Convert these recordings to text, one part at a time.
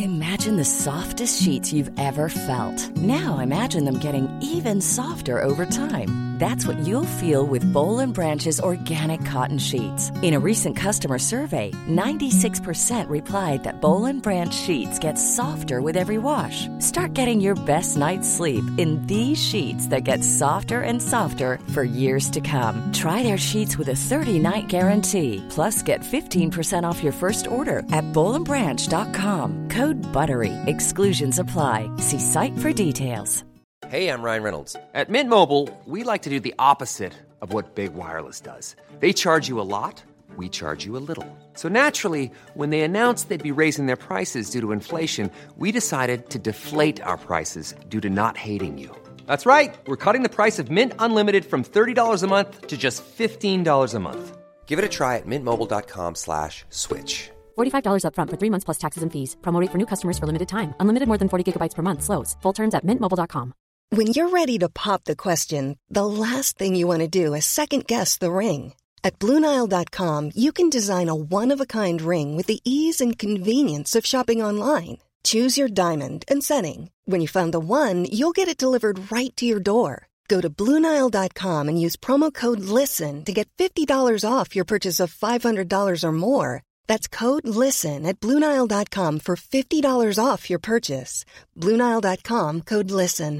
Imagine the softest sheets you've ever felt. Now imagine them getting even softer over time. That's what you'll feel with Boll and Branch's organic cotton sheets. In a recent customer survey, 96% replied that Boll and Branch sheets get softer with every wash. Start getting your best night's sleep in these sheets that get softer and softer for years to come. Try their sheets with a 30-night guarantee. Plus, get 15% off your first order at bollandbranch.com. Code BUTTERY. Exclusions apply. See site for details. Hey, I'm Ryan Reynolds. At Mint Mobile, we like to do the opposite of what Big Wireless does. They charge you a lot, we charge you a little. So naturally, when they announced they'd be raising their prices due to inflation, we decided to deflate our prices due to not hating you. That's right. We're cutting the price of Mint Unlimited from $30 a month to just $15 a month. Give it a try at mintmobile.com/switch. $45 up front for 3 months plus taxes and fees. Promo rate for new customers for limited time. Unlimited more than 40 gigabytes per month. Slows full terms at mintmobile.com. When you're ready to pop the question, the last thing you want to do is second-guess the ring. At BlueNile.com, you can design a one-of-a-kind ring with the ease and convenience of shopping online. Choose your diamond and setting. When you find the one, you'll get it delivered right to your door. Go to BlueNile.com and use promo code LISTEN to get $50 off your purchase of $500 or more. That's code LISTEN at BlueNile.com for $50 off your purchase. BlueNile.com, code LISTEN.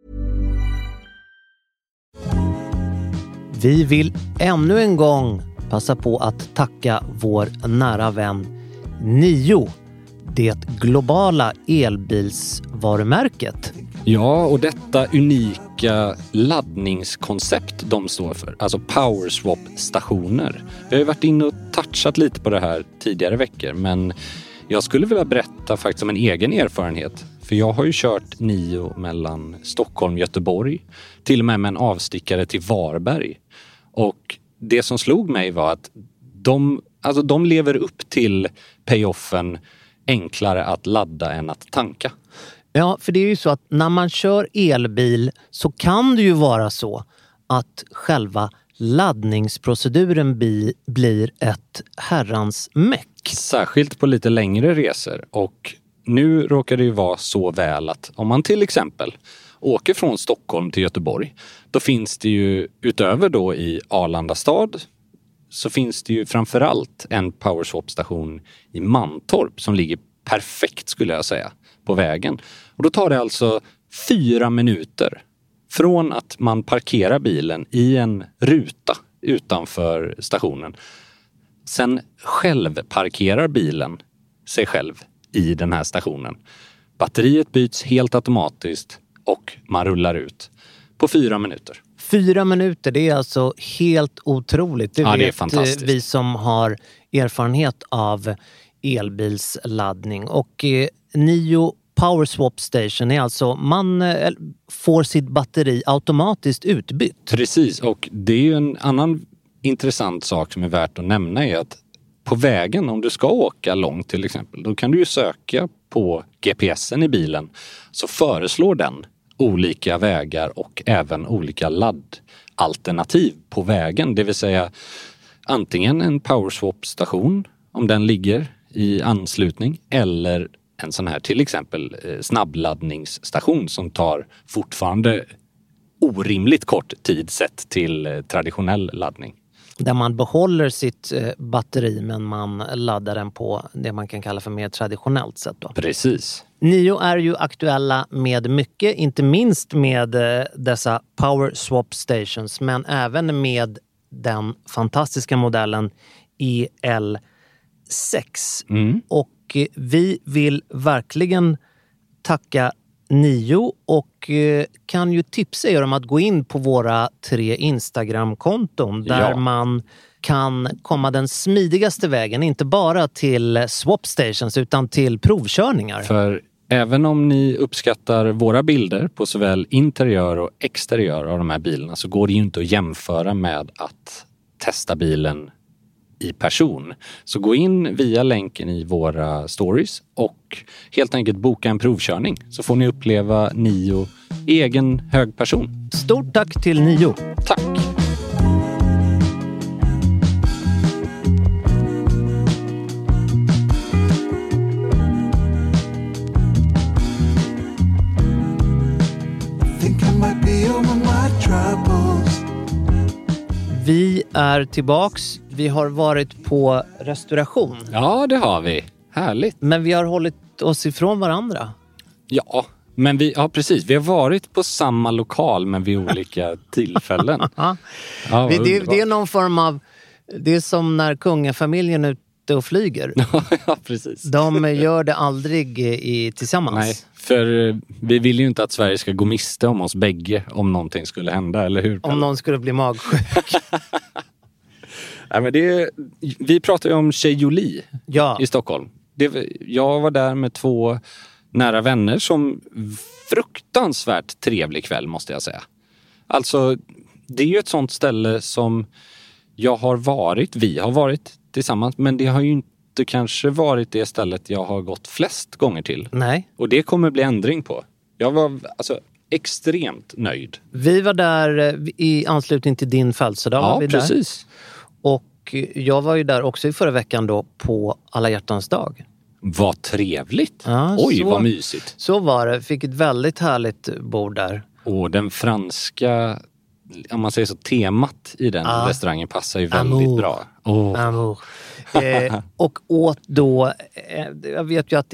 Vi vill ännu en gång passa på att tacka vår nära vän NIO, det globala elbilsvarumärket. Ja, och detta unika laddningskoncept de står för, alltså PowerSwap-stationer. Vi har ju varit inne och touchat lite på det här tidigare veckor, men jag skulle vilja berätta faktiskt om en egen erfarenhet. För jag har ju kört NIO mellan Stockholm och Göteborg, till och med en avstickare till Varberg. Och det som slog mig var att de lever upp till payoffen enklare att ladda än att tanka. Ja, för det är ju så att när man kör elbil så kan det ju vara så att själva laddningsproceduren blir ett herrans meck. Särskilt på lite längre resor. Och nu råkar det ju vara så väl att om man till exempel åker från Stockholm till Göteborg, då finns det ju utöver då i Arlanda stad, så finns det ju framförallt en PowerSwap-station i Mantorp som ligger perfekt, skulle jag säga, på vägen. Och då tar det alltså 4 minuter från att man parkerar bilen i en ruta utanför stationen. Sen själv parkerar bilen sig själv i den här stationen. Batteriet byts helt automatiskt och man rullar ut på 4 minuter. 4 minuter, det är alltså helt otroligt. Det är fantastiskt. Vi som har erfarenhet av elbilsladdning. Och NIO PowerSwap Station är alltså, man får sitt batteri automatiskt utbytt. Precis, och det är ju en annan intressant sak som är värt att nämna är att på vägen, om du ska åka långt till exempel, då kan du ju söka på GPSen i bilen, så föreslår den olika vägar och även olika laddalternativ på vägen. Det vill säga antingen en PowerSwap-station om den ligger i anslutning, eller en sån här till exempel snabbladdningsstation som tar fortfarande orimligt kort tid sett till traditionell laddning. Där man behåller sitt batteri men man laddar den på det man kan kalla för mer traditionellt sätt då. Precis. NIO är ju aktuella med mycket, inte minst med dessa PowerSwap Stations, men även med den fantastiska modellen EL6. Och vi vill verkligen tacka NIO och kan ju tipsa er om att gå in på våra 3 Instagram-konton där man kan komma den smidigaste vägen, inte bara till swap stations utan till provkörningar. För även om ni uppskattar våra bilder på såväl interiör och exteriör av de här bilarna, så går det ju inte att jämföra med att testa bilen i person. Så gå in via länken i våra stories och helt enkelt boka en provkörning, så får ni uppleva NIO egen hög person. Stort tack till NIO. Tack. troubles. Vi är tillbaks. Vi har varit på restauration. Ja, det har vi. Härligt. Men vi har hållit oss ifrån varandra. Ja, men precis. Vi har varit på samma lokal men vid olika tillfällen. Ja, det är någon form av... Det är som när kungafamiljen är ute och flyger. Ja, precis. De gör det aldrig tillsammans. Nej, för vi vill ju inte att Sverige ska gå miste om oss bägge om någonting skulle hända, eller hur? Om någon skulle bli magsjuk. Nej, men vi pratar ju om Tjejoli i Stockholm. Jag var där med 2 nära vänner som fruktansvärt trevlig kväll, måste jag säga. Alltså, det är ju ett sånt ställe som vi har varit tillsammans, men det har ju inte kanske varit det stället jag har gått flest gånger till. Nej. Och det kommer bli ändring på. Jag var extremt nöjd. Vi var där i anslutning till din födelsedag. Ja, var vi precis. Där. Och jag var ju där också i förra veckan då på Alla hjärtans dag. Vad trevligt. Ja, oj, vad mysigt. Så var det. Fick ett väldigt härligt bord där. Och den franska, om man säger så, temat i den restaurangen passar ju väldigt bra. Amour. Och åt då, jag vet ju att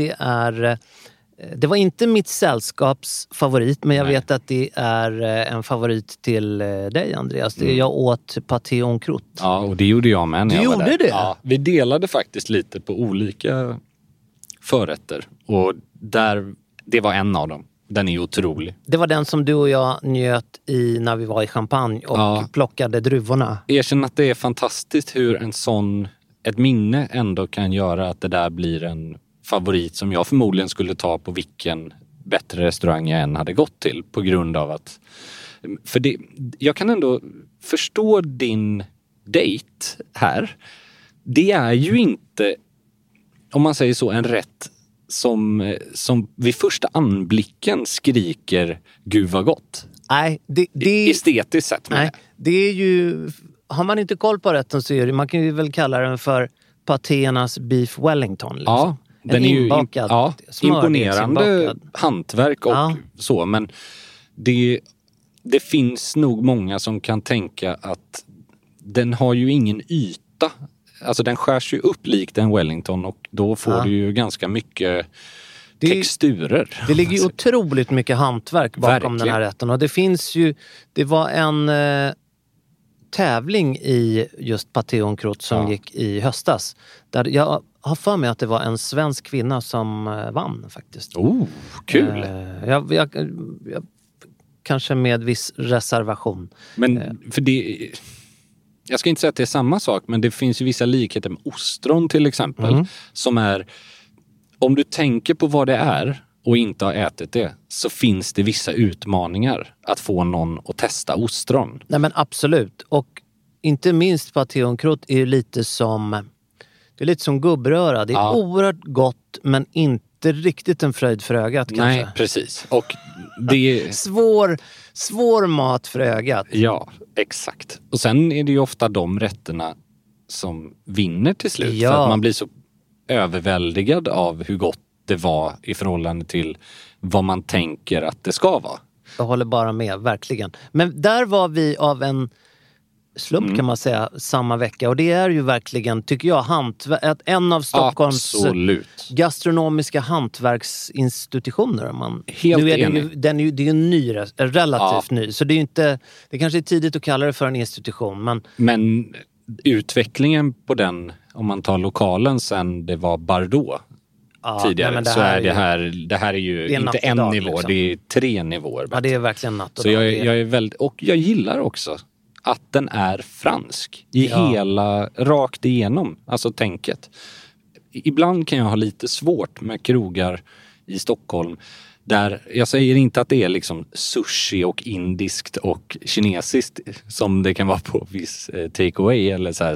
det var inte mitt sällskaps favorit, men jag vet att det är en favorit till dig, Andreas. Jag åt paté en croûte. Ja, och det gjorde jag med när jag var där. Du gjorde det? Ja, vi delade faktiskt lite på olika förrätter. Och det var en av dem. Den är ju otrolig. Det var den som du och jag njöt i när vi var i Champagne och plockade druvorna. Erkänn att det är fantastiskt hur ett minne ändå kan göra att det där blir en favorit som jag förmodligen skulle ta på vilken bättre restaurang jag än hade gått till, på grund av att jag kan ändå förstå din dejt här. Det är ju inte, om man säger så, en rätt som vid första anblicken skriker gud vad gott. Nej, det estetiskt sett. Nej, det är ju, har man inte koll på rätten så är det, man kan ju väl kalla den för patéernas beef wellington liksom. Ja, den är ju imponerande hantverk och så, men det finns nog många som kan tänka att den har ju ingen yta. Alltså den skärs ju upp likt en Wellington och då får du ju ganska mycket texturer. Det ligger ju otroligt mycket hantverk bakom den här rätten. Och det var en tävling i just paté en croûte som gick i höstas. Där jag har för mig att det var en svensk kvinna som vann faktiskt. Oh, kul! Jag kanske med viss reservation. Men för det... Jag ska inte säga att det är samma sak, men det finns ju vissa likheter med ostron till exempel. Som är, om du tänker på vad det är och inte har ätit det, så finns det vissa utmaningar att få någon att testa ostron. Nej, men absolut. Och inte minst paté en croûte är ju lite som gubbröra. Det är oerhört gott, men inte riktigt en fröjd för ögat kanske. Nej, precis. Och det är svår mat för ögat. Ja, exakt. Och sen är det ju ofta de rätterna som vinner till slut. Ja. För att man blir så överväldigad av hur gott det var i förhållande till vad man tänker att det ska vara. Jag håller bara med, verkligen. Men där var vi av en slump kan man säga samma vecka. Och det är ju verkligen, tycker jag, en av Stockholms gastronomiska hantverksinstitutioner. Helt enig. Det är ju en ny, relativt ny. Så det är ju inte, det kanske är tidigt att kalla det för en institution. Men utvecklingen på den, om man tar lokalen sen det var Bardot tidigare, så är det här är ju inte en nivå, liksom. Det är 3 nivåer. Ja, det är verkligen natt och så jag är väldigt, och jag gillar också att den är fransk i hela, rakt igenom, alltså tänket. Ibland kan jag ha lite svårt med krogar i Stockholm där, jag säger inte att det är liksom sushi och indiskt och kinesiskt som det kan vara på viss takeaway eller så här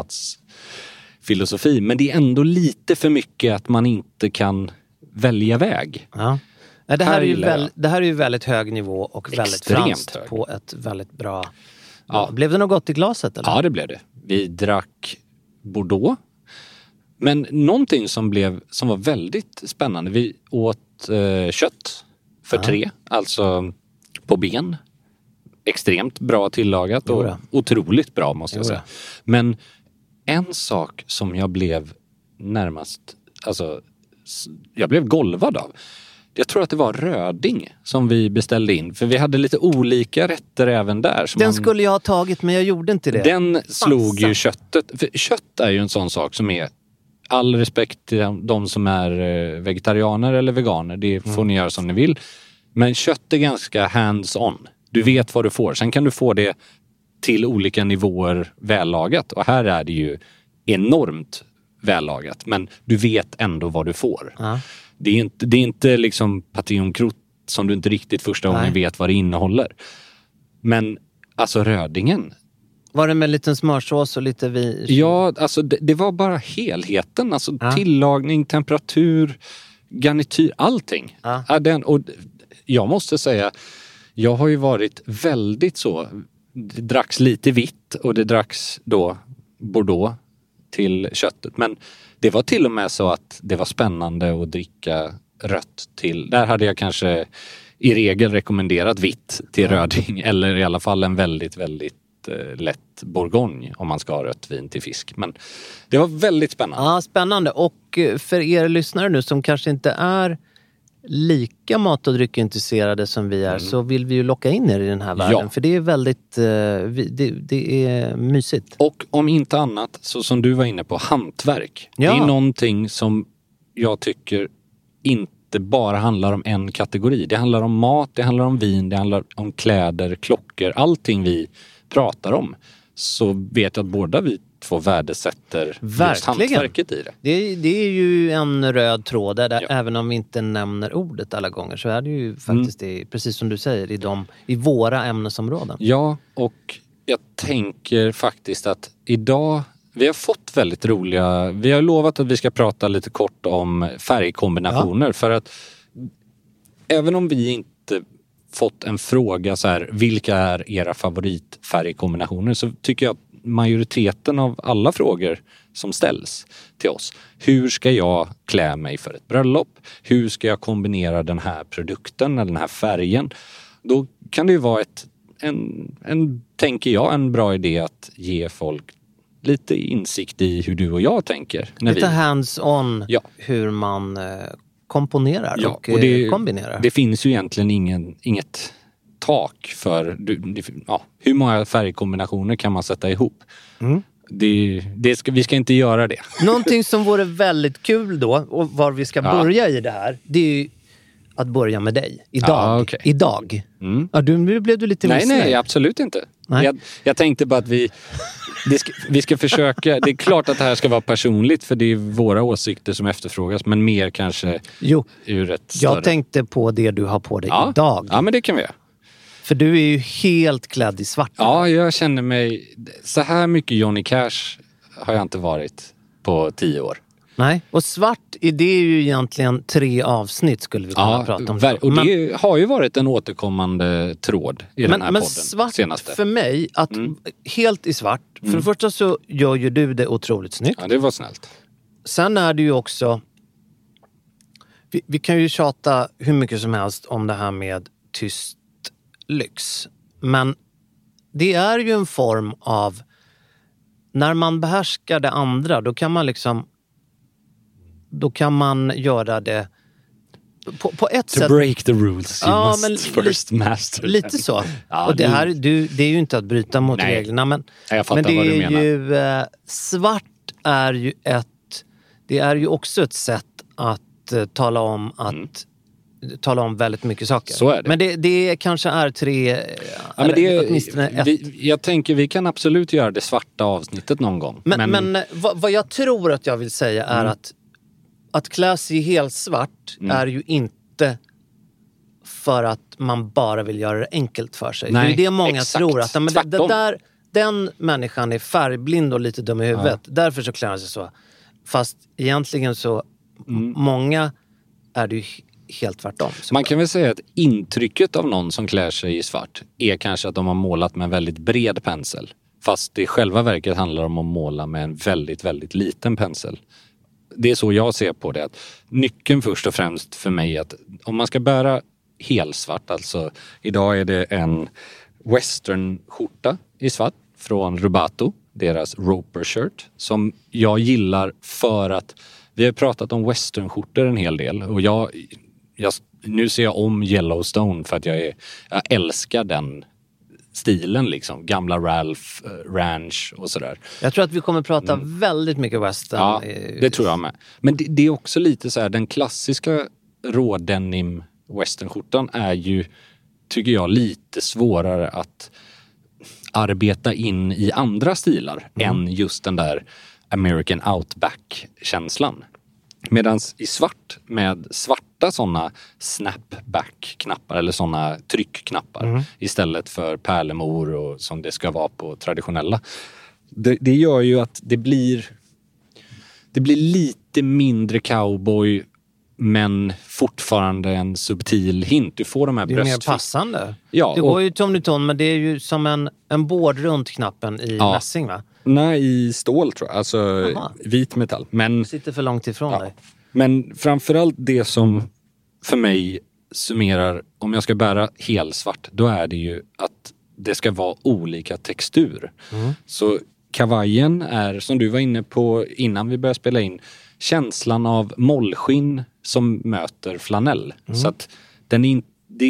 snabbmatsfilosofi, men det är ändå lite för mycket att man inte kan välja väg. Ja. Det här är ju väldigt hög nivå och väldigt franskt på ett väldigt bra... Ja. Blev det något gott i glaset? Eller? Ja, det blev det. Vi drack Bordeaux. Men någonting som var väldigt spännande. Vi åt kött för 3, alltså på ben. extremt bra tillagat och otroligt bra måste jag säga. Men en sak som jag blev närmast, alltså jag blev golvad av. Jag tror att det var röding som vi beställde in. För vi hade lite olika rätter även där. Den skulle jag ha tagit, men jag gjorde inte det. Den slog ju köttet. För kött är ju en sån sak som är all respekt till de som är vegetarianer eller veganer. Det får ni göra som ni vill. Men kött är ganska hands-on. Du vet vad du får. Sen kan du få det till olika nivåer vällagat. Och här är det ju enormt vällagat. Men du vet ändå vad du får. Det är inte liksom paté en croûte som du inte riktigt första gången vet vad det innehåller. Men alltså rödingen. Var det med en liten smörsås och lite Ja, alltså det var bara helheten. Alltså tillagning, temperatur, garnityr, allting. Och jag måste säga, jag har ju varit väldigt så. Det dracks lite vitt och det dracks då Bordeaux till köttet. Men det var till och med så att det var spännande att dricka rött till. Där hade jag kanske i regel rekommenderat vitt till röding. Eller i alla fall en väldigt, väldigt lätt bourgogne om man ska ha rött vin till fisk. Men det var väldigt spännande. Ja, spännande. Och för er lyssnare nu som kanske inte är lika mat- och dryckintresserade som vi är, så vill vi ju locka in er i den här världen. För det är väldigt det är mysigt. Och om inte annat, så som du var inne på, hantverk. Det är någonting som jag tycker inte bara handlar om en kategori. Det handlar om mat, det handlar om vin, det handlar om kläder, klockor, allting vi pratar om. Så vet jag att båda vi två värdesätter just hantverket i det. Det är ju en röd tråd där även om vi inte nämner ordet alla gånger, så är det ju faktiskt det, precis som du säger, i våra ämnesområden. Ja, och jag tänker faktiskt att idag, vi har fått väldigt roliga, vi har lovat att vi ska prata lite kort om färgkombinationer, för att även om vi inte fått en fråga så här, vilka är era favoritfärgkombinationer, så tycker jag att majoriteten av alla frågor som ställs till oss. Hur ska jag klä mig för ett bröllop? Hur ska jag kombinera den här produkten eller den här färgen? Då kan det ju vara tänker jag, en bra idé att ge folk lite insikt i hur du och jag tänker. Lite hands-on hur man komponerar och kombinerar. Det finns ju egentligen inget tak för hur många färgkombinationer kan man sätta ihop. Vi ska inte göra det. Någonting som vore väldigt kul då, och var vi ska börja i det här, det är ju att börja med dig. Idag. Nu blev du lite missnöjd. Nej, absolut inte. Jag tänkte bara att vi ska försöka. Det är klart att det här ska vara personligt, för det är våra åsikter som efterfrågas, men mer kanske ur ett större. Jag tänkte på det du har på dig idag. Ja, men det kan vi göra. För du är ju helt klädd i svart. Ja, jag känner mig... Så här mycket Johnny Cash har jag inte varit på 10 år. Nej, och svart, det är ju egentligen 3 avsnitt skulle vi kunna prata om. Och det har ju varit en återkommande tråd i den här podden. Men svart senaste. För mig, att helt i svart, för det första så gör ju du det otroligt snyggt. Ja, det var snällt. Sen är det ju också... Vi kan ju tjata hur mycket som helst om det här med tyst lyx. Men det är ju en form av, när man behärskar det andra, då kan man göra det på ett sätt. To break the rules you must first master. Lite så. Och det här, det är ju inte att bryta mot reglerna, men jag fattar det vad du menar. Är ju svart är ju det är ju också ett sätt att tala om väldigt mycket saker. Så är det. Men det kanske är 3... åtminstone ett. Jag tänker vi kan absolut göra det svarta avsnittet någon gång. Men vad jag tror att jag vill säga är att klä sig i helt svart är ju inte för att man bara vill göra det enkelt för sig. Nej, det är det många tror. Att den människan är färgblind och lite dum i huvudet. Därför så klär han sig så. Fast egentligen så många är det ju helt tvärtom. Man kan väl säga att intrycket av någon som klär sig i svart är kanske att de har målat med en väldigt bred pensel. Fast det i själva verket handlar om att måla med en väldigt, väldigt liten pensel. Det är så jag ser på det. Att nyckeln först och främst för mig är att om man ska bära helsvart, alltså idag är det en westernskjorta i svart från Rubato, deras Roper shirt, som jag gillar för att vi har pratat om westernskjortor en hel del och nu ser jag om Yellowstone för att jag älskar den stilen liksom. Gamla Ralph Ranch och sådär. Jag tror att vi kommer prata väldigt mycket western. Ja, det tror jag med. Men det är också lite så här, den klassiska rådenim westernskjortan är ju, tycker jag, lite svårare att arbeta in i andra stilar än just den där American Outback-känslan. Medan i svart med svarta sådana snapback-knappar eller sådana tryckknappar istället för pärlemor och som det ska vara på traditionella. Det gör ju att det blir lite mindre cowboy men fortfarande en subtil hint. Du får de här bröstfick. Det är mer passande. Ja, det går ju tom till ton, men det är ju som en bård runt knappen i mässing, va? Nej, i stål tror jag. Alltså vit metall. Men sitter för långt ifrån dig. Men framförallt det som för mig summerar, om jag ska bära helsvart, då är det ju att det ska vara olika textur. Så kavajen är, som du var inne på innan vi började spela in, känslan av mollskinn som möter flanell. Så att det är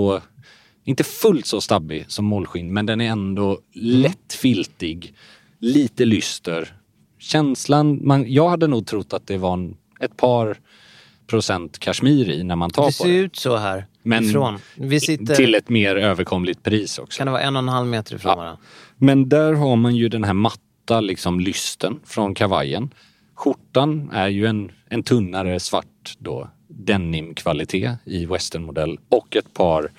inte fullt så stabbig som mollskinn, men den är ändå lätt filtig, lite lyster. Känslan, jag hade nog trott att det var ett par procent kashmir i när man tar på det. Det ser ut så här ifrån. Vi sitter till ett mer överkomligt pris också. Kan det vara 1,5 meter ifrån varandra? Men där har man ju den här matta liksom lysten från kavajen. Skjortan är ju en tunnare svart då, denim-kvalitet i westernmodell och ett par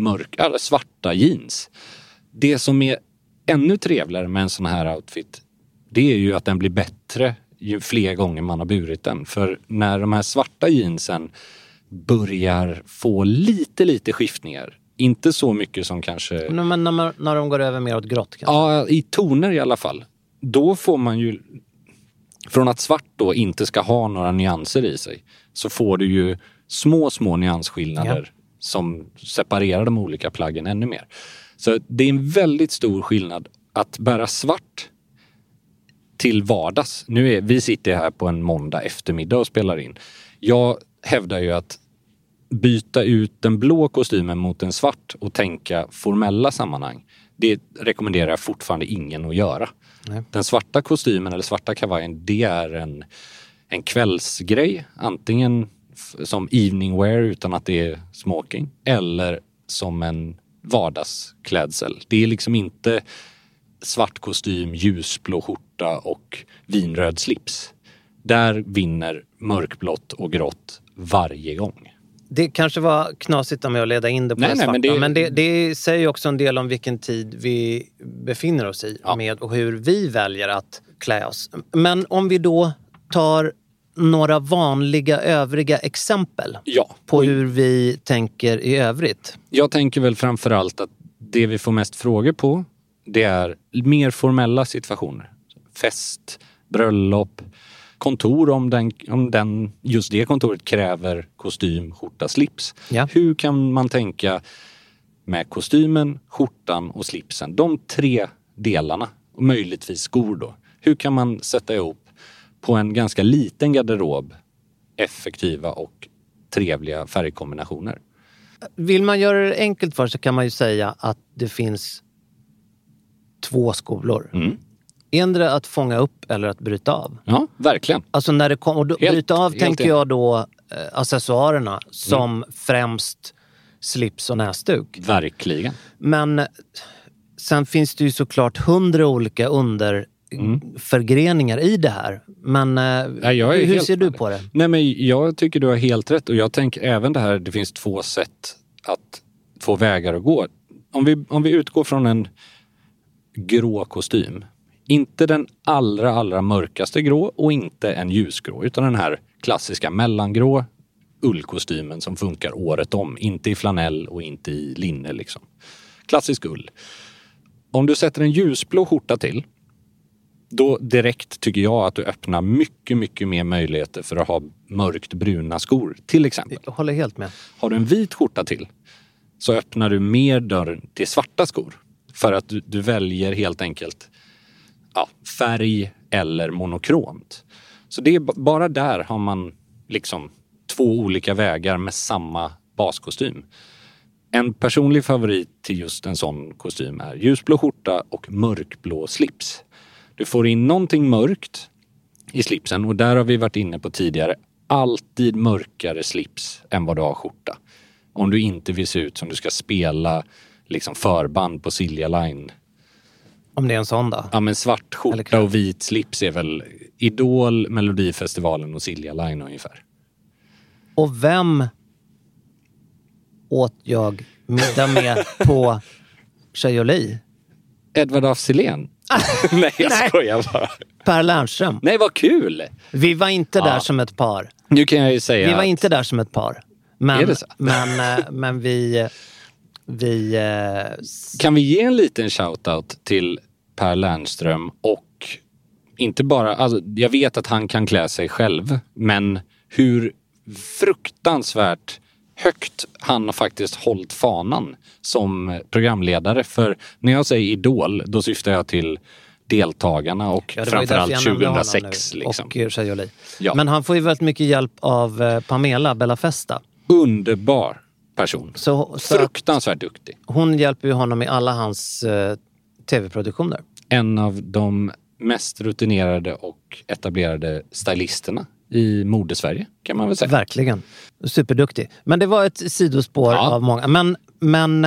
svarta jeans. Det som är ännu trevligare med en sån här outfit, det är ju att den blir bättre ju fler gånger man har burit den. För när de här svarta jeansen börjar få lite skiftningar, inte så mycket som kanske... Men när de går över mer åt grått kanske? Ja, i toner i alla fall. Då får man ju... Från att svart då inte ska ha några nyanser i sig, så får du ju små nyansskillnader som separerar de olika plaggen ännu mer. Så det är en väldigt stor skillnad att bära svart till vardags. Vi sitter här på en måndag eftermiddag och spelar in. Jag hävdar ju att byta ut den blå kostymen mot en svart och tänka formella sammanhang, det rekommenderar jag fortfarande ingen att göra. Nej. Den svarta kostymen eller svarta kavajen, det är en kvällsgrej. Antingen som evening wear utan att det är smoking, eller som en vardagsklädsel. Det är liksom inte svart kostym, ljusblå skjorta och vinröd slips. Där vinner mörkblått och grått varje gång. Det kanske var knasigt om jag leda in det på det svarta. Men det säger också en del om vilken tid vi befinner oss i med och hur vi väljer att klä oss. Men om vi då tar några vanliga övriga exempel på hur vi tänker i övrigt. Jag tänker väl framförallt att det vi får mest frågor på, det är mer formella situationer. Fest, bröllop, kontor om just det kontoret kräver kostym, skjorta, slips. Ja. Hur kan man tänka med kostymen, skjortan och slipsen? De 3 delarna, och möjligtvis skor då. Hur kan man sätta ihop på en ganska liten garderob effektiva och trevliga färgkombinationer? Vill man göra det enkelt för så kan man ju säga att det finns 2 skolor. Ändra att fånga upp eller att bryta av. Ja, verkligen. Alltså när det kommer, bryta av tänker jag då accessoarerna som främst slips och näsduk. Verkligen. Men sen finns det ju såklart 100 olika förgreningar i det här. Men hur ser du på det? Nej, men jag tycker du har helt rätt. Och jag tänker även det här, det finns 2 vägar att gå. Om vi utgår från en grå kostym. Inte den allra mörkaste grå och inte en ljusgrå, utan den här klassiska mellangrå ullkostymen som funkar året om. Inte i flanell och inte i linne liksom. Klassisk ull. Om du sätter en ljusblå skjorta till, då direkt tycker jag att du öppnar mycket mer möjligheter för att ha mörkt bruna skor till exempel. Jag håller helt med. Har du en vit skjorta till så öppnar du mer dörren till svarta skor. För att du väljer helt enkelt färg eller monokromt. Så det är bara där har man liksom 2 olika vägar med samma baskostym. En personlig favorit till just en sån kostym är ljusblå skjorta och mörkblå slips. Du får in någonting mörkt i slipsen och där har vi varit inne på tidigare. Alltid mörkare slips än vad du har skjorta. Om du inte vill se ut som du ska spela liksom förband på Silja Line. Om det är en sån då? Ja, men svart skjorta och vit slips är väl Idol, Melodifestivalen och Silja Line ungefär. Och vem åt jag middag med på Tjejoli? Edvard af Sillén. Nej, jag skojar bara. Per Lernström. Nej, vad kul! Vi var inte där som ett par. Nu kan jag ju säga vi var inte där som ett par. Men, är det så? men vi Kan vi ge en liten shoutout till Per Lernström och inte bara, alltså, jag vet att han kan klä sig själv, men hur fruktansvärt högt han har faktiskt hållit fanan som programledare. För när jag säger Idol, då syftar jag till deltagarna och framförallt 2006. Liksom. Och Tjejoli. Ja. Men han får ju väldigt mycket hjälp av Pamela Bellafesta. Underbar person. Så fruktansvärt duktig. Hon hjälper ju honom i alla hans tv-produktioner. En av de mest rutinerade och etablerade stylisterna i modesverige, kan man väl säga. Verkligen. Superduktig. Men det var ett sidospår av många. Men men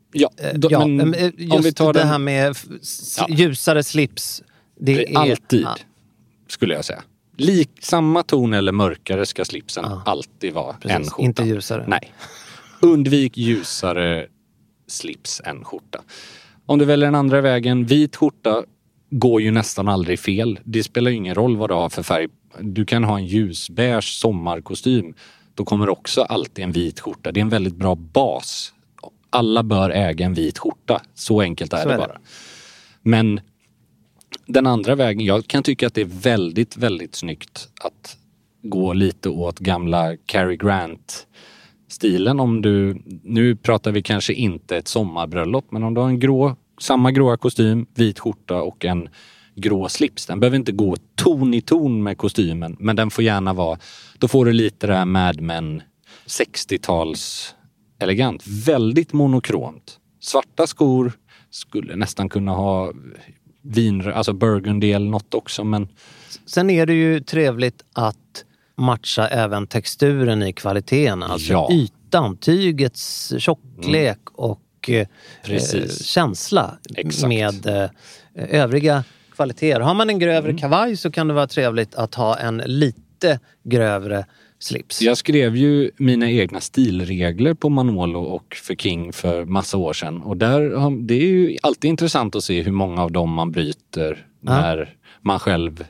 om vi tar det här med ljusare slips. Det är alltid, skulle jag säga. Samma ton eller mörkare ska slipsen alltid vara en skjorta. Inte ljusare. Nej. Undvik ljusare slips än skjorta. Om du väljer den andra vägen, vit skjorta går ju nästan aldrig fel. Det spelar ju ingen roll vad du har för färg. Du kan ha en ljusbeige sommarkostym. Då kommer också alltid en vit skjorta. Det är en väldigt bra bas. Alla bör äga en vit skjorta. Så enkelt är det bara. Men den andra vägen, jag kan tycka att det är väldigt, väldigt snyggt att gå lite åt gamla Cary Grant-stilen. Nu pratar vi kanske inte ett sommarbröllop, men om du har samma gråa kostym, vit skjorta och en grå slips. Den behöver inte gå ton i ton med kostymen, men den får gärna vara, då får du lite det här Mad Men 60-tals elegant. Väldigt monokromt. Svarta skor, skulle nästan kunna ha alltså burgundy eller något också, men sen är det ju trevligt att matcha även texturen i kvaliteten, alltså ytan, tygets tjocklek och känsla. Exakt. Med övriga kvaliteter. Har man en grövre kavaj så kan det vara trevligt att ha en lite grövre slips. Jag skrev ju mina egna stilregler på Manolo och för King för massa år sedan. Och det är ju alltid intressant att se hur många av dem man bryter när man själv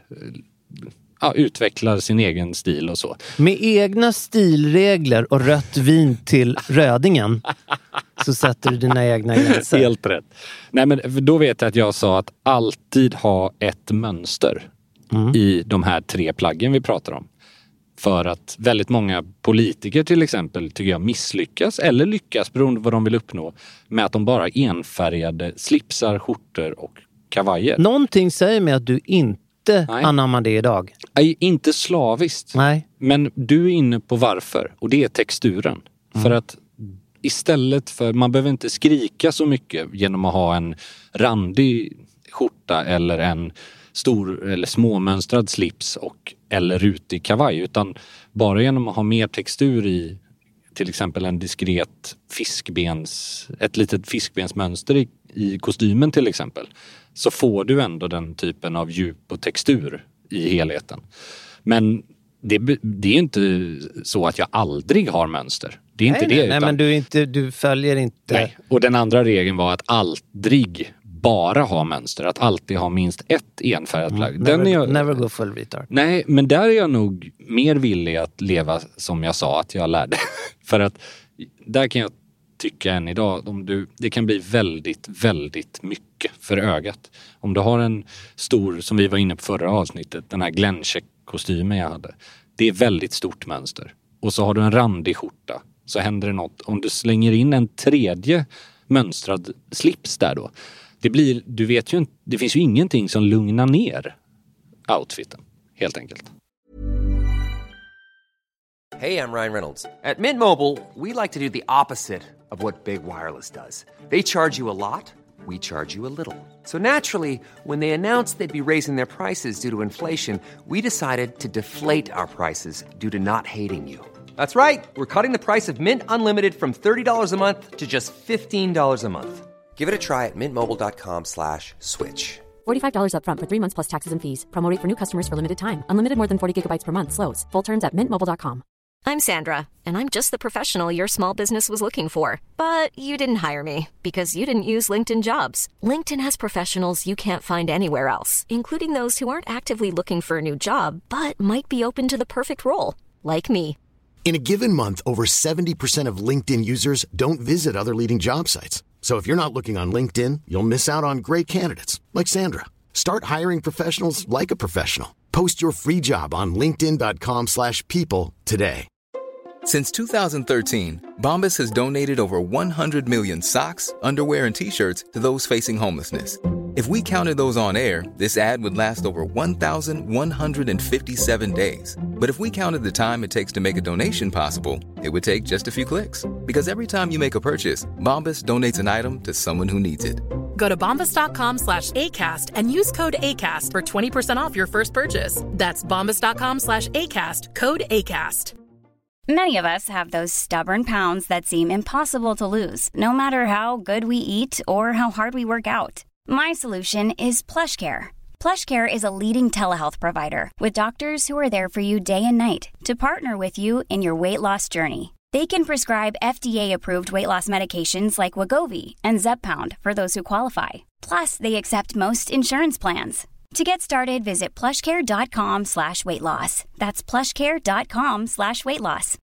utvecklar sin egen stil och så. Med egna stilregler och rött vin till rödingen så sätter du dina egna gränser. Helt rätt. Nej, men då vet jag att jag sa att alltid ha ett mönster i de här 3 plaggen vi pratar om. För att väldigt många politiker till exempel tycker jag misslyckas eller lyckas beroende på vad de vill uppnå med att de bara enfärgade slipsar, skjortor och kavajer. Någonting säger mig att du inte anammar det idag. Nej, inte slaviskt. Nej. Men du är inne på varför och det är texturen. För att istället för, man behöver inte skrika så mycket genom att ha en randig skjorta eller en stor eller småmönstrad slips eller rutig kavaj, utan bara genom att ha mer textur i till exempel en diskret ett litet fiskbensmönster i kostymen till exempel, så får du ändå den typen av djup och textur i helheten. Men det är inte så att jag aldrig har mönster. Det är inte det. Nej, men du följer inte. Nej. Och den andra regeln var att aldrig bara ha mönster. Att alltid ha minst ett enfärgat plagg. Never go full retard. Nej, men där är jag nog mer villig att leva som jag sa att jag lärde. För att där kan jag tycka än idag, det kan bli väldigt, väldigt mycket för ögat. Om du har en stor, som vi var inne på förra avsnittet, den här Glencheck-kostymen jag hade. Det är väldigt stort mönster. Och så har du en randig skjorta. Så händer det något. Om du slänger in en tredje mönstrad slips där då, du vet ju inte, det finns ju ingenting som lugnar ner outfiten, helt enkelt. Hey, I'm Ryan Reynolds. At Mint Mobile, we like to do the opposite of what Big Wireless does. They charge you a lot, we charge you a little. So naturally, when they announced they'd be raising their prices due to inflation, we decided to deflate our prices due to not hating you. That's right. We're cutting the price of Mint Unlimited from $30 a month to just $15 a month. Give it a try at mintmobile.com/switch. $45 up front for 3 months plus taxes and fees. Promo rate for new customers for limited time. Unlimited more than 40 gigabytes per month slows. Full terms at mintmobile.com. I'm Sandra, and I'm just the professional your small business was looking for. But you didn't hire me because you didn't use LinkedIn Jobs. LinkedIn has professionals you can't find anywhere else, including those who aren't actively looking for a new job, but might be open to the perfect role, like me. In a given month, over 70% of LinkedIn users don't visit other leading job sites. So if you're not looking on LinkedIn, you'll miss out on great candidates like Sandra. Start hiring professionals like a professional. Post your free job on linkedin.com/people today. Since 2013, Bombas has donated over 100 million socks, underwear, and T-shirts to those facing homelessness. If we counted those on air, this ad would last over 1,157 days. But if we counted the time it takes to make a donation possible, it would take just a few clicks. Because every time you make a purchase, Bombas donates an item to someone who needs it. Go to bombas.com/ACAST and use code ACAST for 20% off your first purchase. That's bombas.com/ACAST, code ACAST. Many of us have those stubborn pounds that seem impossible to lose, no matter how good we eat or how hard we work out. My solution is PlushCare. PlushCare is a leading telehealth provider with doctors who are there for you day and night to partner with you in your weight loss journey. They can prescribe FDA-approved weight loss medications like Wegovy and Zepbound for those who qualify. Plus, they accept most insurance plans. To get started, visit plushcare.com/weightloss. That's plushcare.com/weightloss.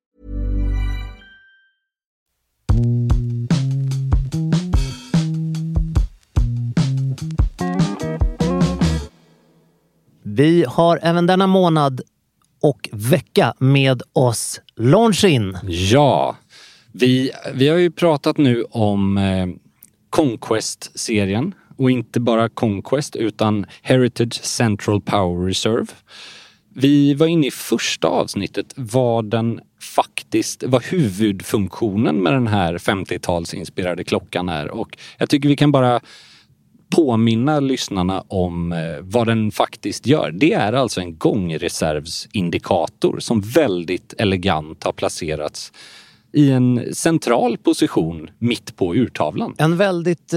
Vi har även denna månad och vecka med oss Longines. Ja, vi har ju pratat nu om Conquest-serien. Och inte bara Conquest utan Heritage Central Power Reserve. Vi var inne i första avsnittet vad huvudfunktionen med den här 50-talsinspirerade klockan är. Och jag tycker vi kan bara påminna lyssnarna om vad den faktiskt gör. Det är alltså en gångreservsindikator som väldigt elegant har placerats i en central position mitt på urtavlan. En väldigt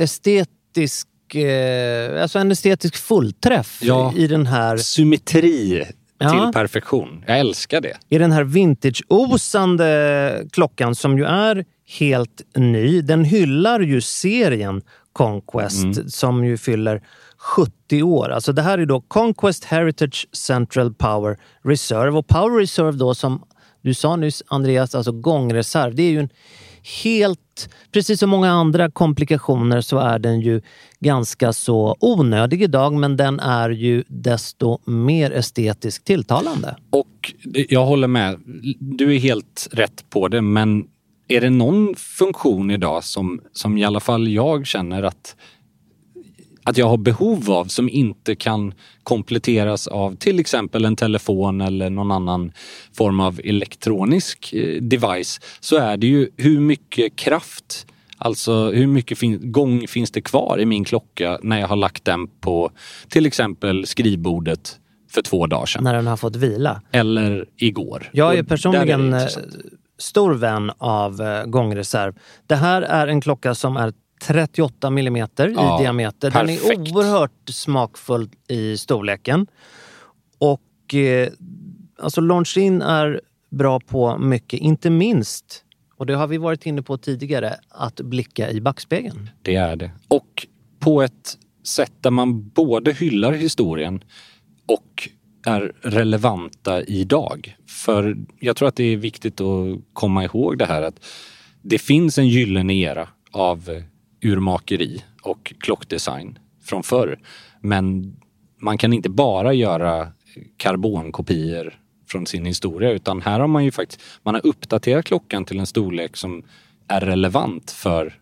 en estetisk fullträff i den här... Symmetri till perfektion. Jag älskar det. I den här vintage-osande klockan som ju är helt ny. Den hyllar ju serien Conquest som ju fyller 70 år. Alltså det här är då Conquest Heritage Central Power Reserve. Och Power Reserve då, som du sa nyss Andreas, alltså gångreserv. Det är ju en helt, precis som många andra komplikationer så är den ju ganska så onödig idag, men den är ju desto mer estetiskt tilltalande. Och jag håller med, du är helt rätt på det, men är det någon funktion idag som i alla fall jag känner att jag har behov av som inte kan kompletteras av till exempel en telefon eller någon annan form av elektronisk device, så är det ju hur mycket kraft, alltså hur mycket gång finns det kvar i min klocka när jag har lagt den på till exempel skrivbordet för 2 dagar sedan. När den har fått vila. Eller igår. Jag är personligen stor vän av gångreserv. Det här är en klocka som är 38 millimeter i diameter. Den är oerhört smakfull i storleken. Och alltså Longines är bra på mycket, inte minst, och det har vi varit inne på tidigare, att blicka i backspegeln. Det är det. Och på ett sätt där man både hyllar historien och är relevanta idag. För jag tror att det är viktigt att komma ihåg det här, att det finns en gyllene era av urmakeri och klockdesign från förr. Men man kan inte bara göra karbonkopior från sin historia, utan här har man ju faktiskt, man har uppdaterat klockan till en storlek som är relevant för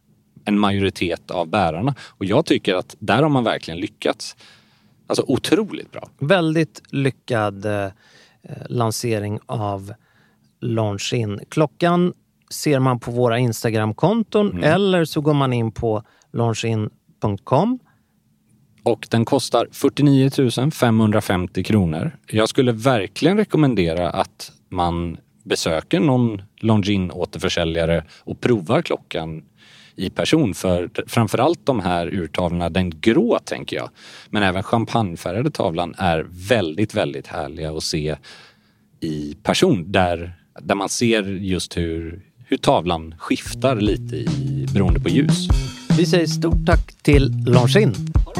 en majoritet av bärarna. Och jag tycker att där har man verkligen lyckats. Alltså otroligt bra. Väldigt lyckad lansering av Longines. Klockan ser man på våra Instagram-konton eller så går man in på longines.com. Och den kostar 49 550 kronor. Jag skulle verkligen rekommendera att man besöker någon Longines-återförsäljare och provar klockan i person. För framförallt de här urtavlorna, den grå tänker jag, men även champagnefärgade tavlan är väldigt, väldigt härliga att se i person. Där man ser just hur tavlan skiftar lite beroende på ljus. Vi säger stort tack till Longines.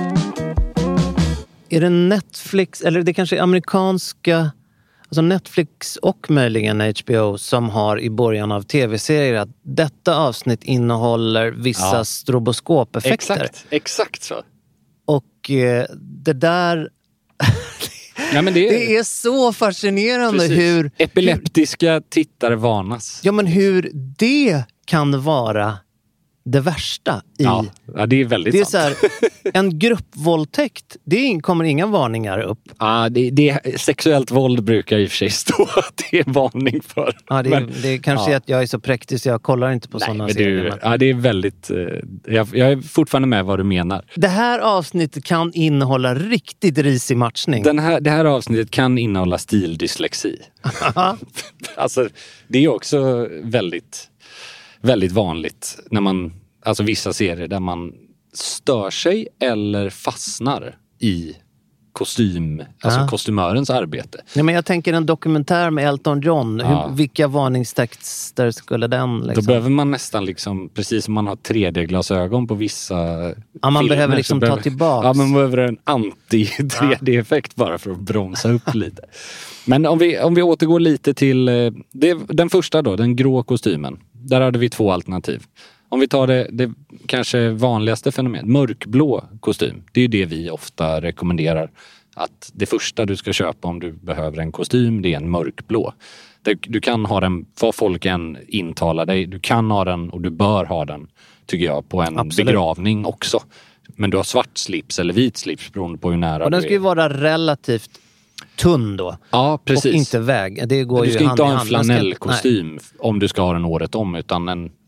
Är det Netflix, eller det kanske är amerikanska, alltså Netflix och möjligen HBO som har i början av tv-serier att detta avsnitt innehåller vissa stroboskopeffekter. Exakt så. Och det där... Ja, men det är så fascinerande hur... Epileptiska tittare varnas. Ja, men hur det kan vara det värsta i... Ja, det är väldigt det är sant. Så här, en gruppvåldtäkt, kommer inga varningar upp. Ja, sexuellt våld brukar i och för sig stå att det är varning för. Ja, det kanske är att jag är så präktig så jag kollar inte på sådana serier. Ja, det är väldigt... Jag är fortfarande med vad du menar. Det här avsnittet kan innehålla riktigt risig matchning. Det här avsnittet kan innehålla stildyslexi. Alltså, det är också väldigt... väldigt vanligt när man, alltså vissa serier där man stör sig eller fastnar i kostymörens arbete. Nej, men jag tänker en dokumentär med Elton John. Vilka varningstexter skulle den liksom? Då behöver man nästan liksom, precis som man har 3D-glasögon på vissa man filmer, behöver liksom ta tillbaka. Ja, man behöver en anti-3D-effekt bara för att bromsa upp lite. Men om vi återgår lite till den första då, den grå kostymen. Där hade vi 2 alternativ. Om vi tar det kanske vanligaste fenomenet, mörkblå kostym. Det är ju det vi ofta rekommenderar. Att det första du ska köpa om du behöver en kostym, det är en mörkblå. Du kan ha den, vad folk än intalar dig. Du kan ha den och du bör ha den, tycker jag, på en begravning också. Men du har svart slips eller vit slips beroende på hur nära. Och den ska ju vara relativt tunn då. Ja, precis. Och inte väg. Det går du ju ska inte ha en hand. flanellkostym om du ska ha den året om, utan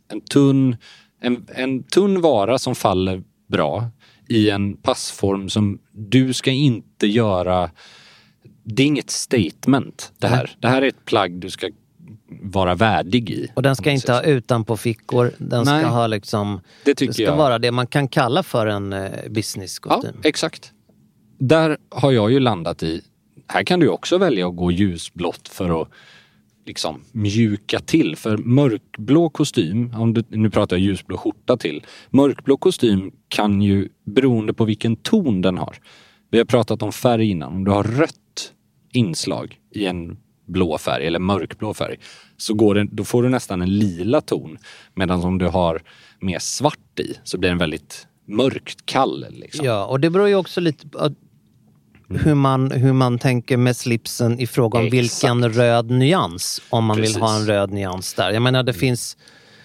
en tunn vara som faller bra i en passform som du ska inte göra. Det är inget statement det här. Det här är ett plagg du ska vara värdig i. Och den ska inte ha utanpå fickor. Den ska ha liksom... Det ska vara det man kan kalla för en businesskostym. Ja, exakt. Där har jag ju landat i. Här kan du också välja att gå ljusblått för att liksom mjuka till. För mörkblå kostym, nu pratar jag ljusblå skjorta till. Mörkblå kostym kan ju, beroende på vilken ton den har. Vi har pratat om färg innan. Om du har rött inslag i en blå färg eller mörkblå färg, så då får du nästan en lila ton. Medan om du har mer svart i så blir den väldigt mörkt kall. Liksom. Ja, och det beror ju också lite på hur man tänker med slipsen i fråga om vilken röd nyans. Om man vill ha en röd nyans där. Jag menar, det finns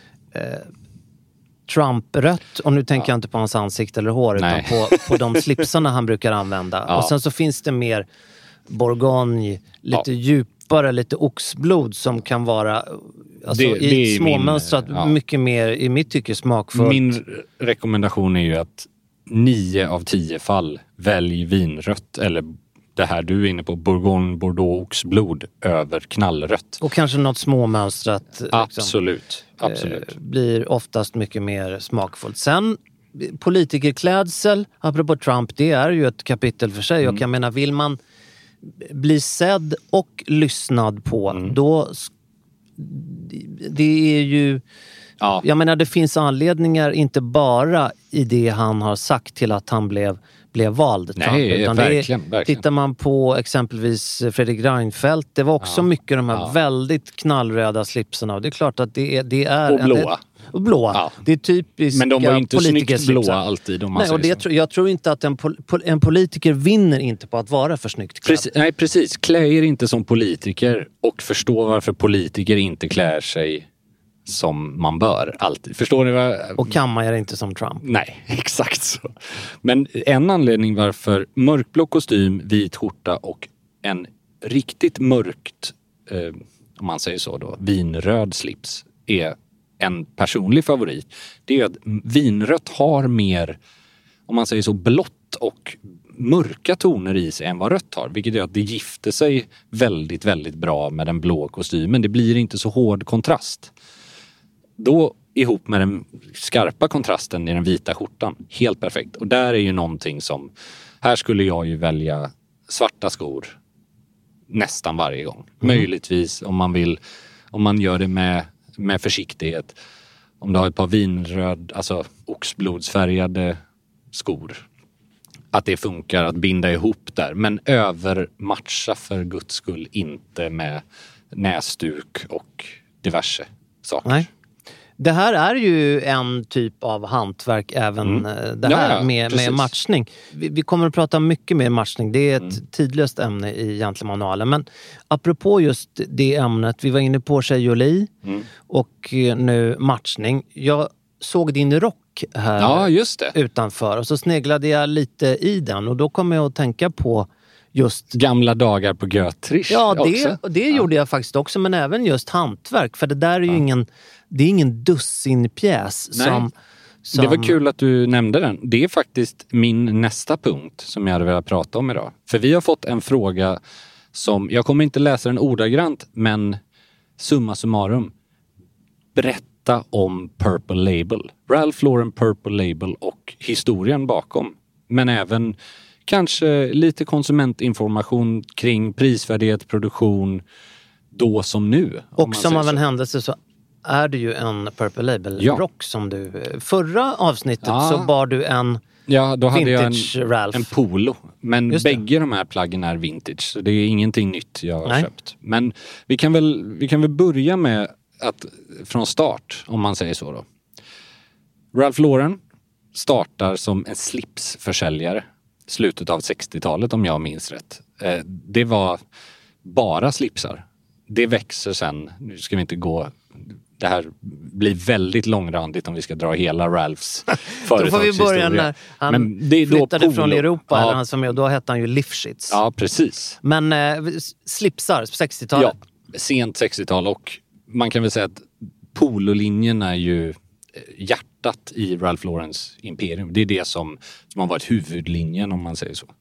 Trump-rött, och nu tänker jag inte på hans ansikte eller hår, utan på de slipsarna han brukar använda. Ja. Och sen så finns det mer bourgogne, lite djupare, lite oxblod som kan vara alltså, i småmönstrat mycket mer, i mitt tycke, smakfullt. Min rekommendation är ju att 9 av 10 fall välj vinrött eller det här du är inne på, bourgogne, bordeaux, oxblod över knallrött. Och kanske något småmönstrat. Absolut. Blir oftast mycket mer smakfullt. Sen politikerklädsel, apropå Trump, det är ju ett kapitel för sig. Och jag menar, vill man bli sedd och lyssnad på, då det är ju... Ja. Jag menar, det finns anledningar inte bara i det han har sagt till att han blev vald. Nej, utan verkligen. Tittar man på exempelvis Fredrik Reinfeldt, det var också mycket de här väldigt knallröda slipsarna. Och det är klart att det är... Och blåa. Och blåa. Ja. Det är typiskt. Men de var inte snyggt blåa alltid. Nej, och jag tror inte att en politiker vinner inte på att vara för snyggt klädd. Precis. Klä er inte som politiker och förstå varför politiker inte klär sig som man bör alltid. Förstår ni vad? Och kammar är inte som Trump. Nej, exakt så. Men en anledning varför mörkblå kostym, vit skjorta och en riktigt mörkt, om man säger så då, vinröd slips är en personlig favorit. Det är att vinrött har mer, om man säger så, blått och mörka toner i sig än vad rött har. Vilket gör att det gifter sig väldigt, väldigt bra med den blå kostymen. Det blir inte så hård kontrast. Då ihop med den skarpa kontrasten i den vita skjortan. Helt perfekt. Och där är ju någonting som, här skulle jag ju välja svarta skor nästan varje gång. Möjligtvis om man gör det med försiktighet. Om du har ett par vinröd, alltså oxblodsfärgade skor. Att det funkar att binda ihop där. Men övermatcha för Guds skull inte med näsduk och diverse saker. Nej. Det här är ju en typ av hantverk även det här med matchning. Vi kommer att prata mycket mer matchning. Det är ett tidlöst ämne i Gentlemanualen. Men apropå just det ämnet, vi var inne på Tjej och Li och nu matchning. Jag såg din rock här utanför och så sneglade jag lite i den och då kom jag att tänka på just gamla dagar på Götrich. Ja, det gjorde jag faktiskt också, men även just hantverk, för det där är ju ingen dussinpjäs som... Det var kul att du nämnde den. Det är faktiskt min nästa punkt som jag hade velat prata om idag. För vi har fått en fråga som, jag kommer inte läsa den ordagrant, men summa summarum. Berätta om Purple Label. Ralph Lauren Purple Label och historien bakom. Men även kanske lite konsumentinformation kring prisvärdhet, produktion, då som nu. Och som av en händelse så är det ju en Purple Label-rock som du... Förra avsnittet så bar du en då hade vintage jag Ralph. En polo. Men bägge de här plaggen är vintage. Så det är ingenting nytt jag har köpt. Men vi kan väl börja med att från start, om man säger så då. Ralph Lauren startar som en slipsförsäljare slutet av 60-talet om jag minns rätt. Det var bara slipsar. Det växer sen, nu ska vi inte gå, det här blir väldigt långrandigt om vi ska dra hela Ralphs företagshistoria. Då får vi börja när han flyttade från Europa, eller då hette han ju Lifshits. Ja, precis. Men slipsar på 60-talet? Ja, sent 60-tal, och man kan väl säga att pololinjen är ju hjärtat i Ralph Laurens imperium. Det är det som har varit huvudlinjen, om man säger så.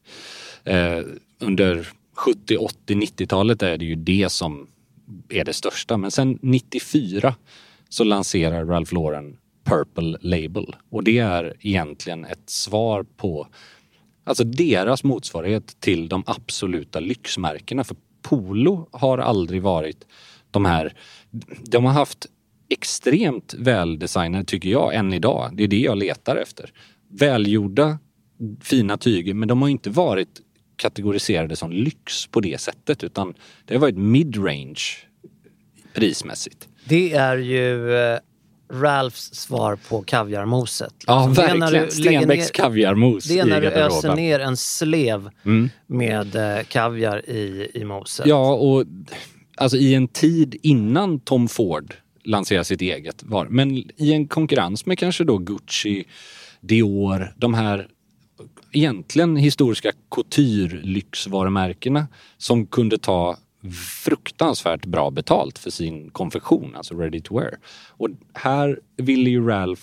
Under 70, 80, 90-talet är det ju det som är det största. Men sen 94 så lanserar Ralph Lauren Purple Label. Och det är egentligen ett svar på, alltså deras motsvarighet till de absoluta lyxmärkena. För Polo har aldrig varit de här, de har haft extremt väldesignade, tycker jag, än idag. Det är det jag letar efter. Välgjorda, fina tyger, men de har inte varit kategoriserade som lyx på det sättet, utan det har varit mid-range prismässigt. Det är ju Ralphs svar på kaviarmoset. Ja, verkligen. Stenbecks kaviarmos. Det är när du öser ner en slev med kaviar i moset. Ja, och alltså i en tid innan Tom Ford lanserade sitt eget var, men i en konkurrens med kanske då Gucci, Dior, de här egentligen historiska couture-lyxvarumärkena som kunde ta fruktansvärt bra betalt för sin konfektion, alltså ready to wear. Och här ville ju Ralph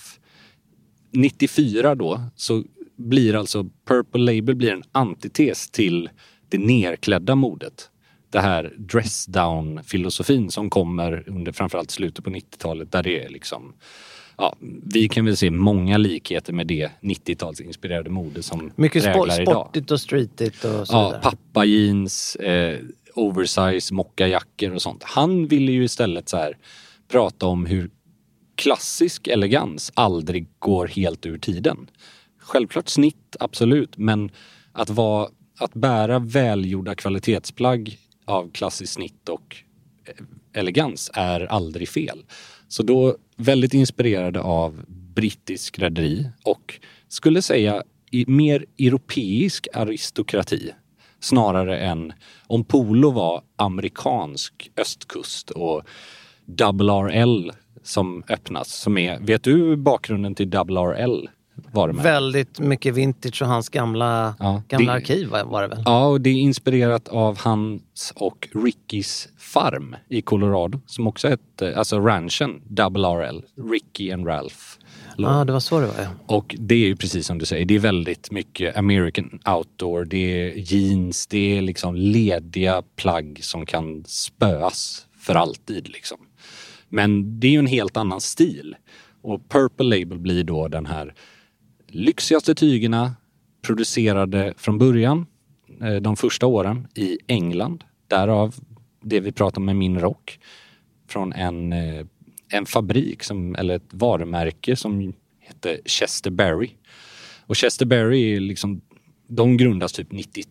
94 då, så blir alltså Purple Label blir en antites till det nerklädda modet. Det här dress-down-filosofin som kommer under framförallt slutet på 90-talet, där det är liksom, ja, vi kan väl se många likheter med det 90-talsinspirerade mode som mycket präglar idag. Sportigt och streetigt och så vidare. Pappa jeans, oversize, mockajackor och sånt. Han ville ju istället så här prata om hur klassisk elegans aldrig går helt ur tiden. Självklart snitt, absolut, men att bära välgjorda kvalitetsplagg av klassisk snitt och elegans är aldrig fel. Så då väldigt inspirerade av brittisk rederi och skulle säga mer europeisk aristokrati snarare än om Polo var amerikansk östkust och RRL som öppnas. Som är, vet du bakgrunden till RRL? Väldigt mycket vintage och hans gamla arkiv var det väl? Ja, och det är inspirerat av hans och Rickys farm i Colorado. Som också hette, alltså ranchen RRL. Ricky and Ralph. Ja, det var så det var. Ja. Och det är ju precis som du säger, det är väldigt mycket American outdoor, det är jeans, det är liksom lediga plagg som kan spöas för alltid liksom. Men det är ju en helt annan stil. Och Purple Label blir då den här lyxigaste tygerna producerade från början, de första åren i England. Därav det vi pratar om med Min Rock. Från en fabrik eller ett varumärke som heter Chesterberry. Och Chesterberry är liksom, de grundas typ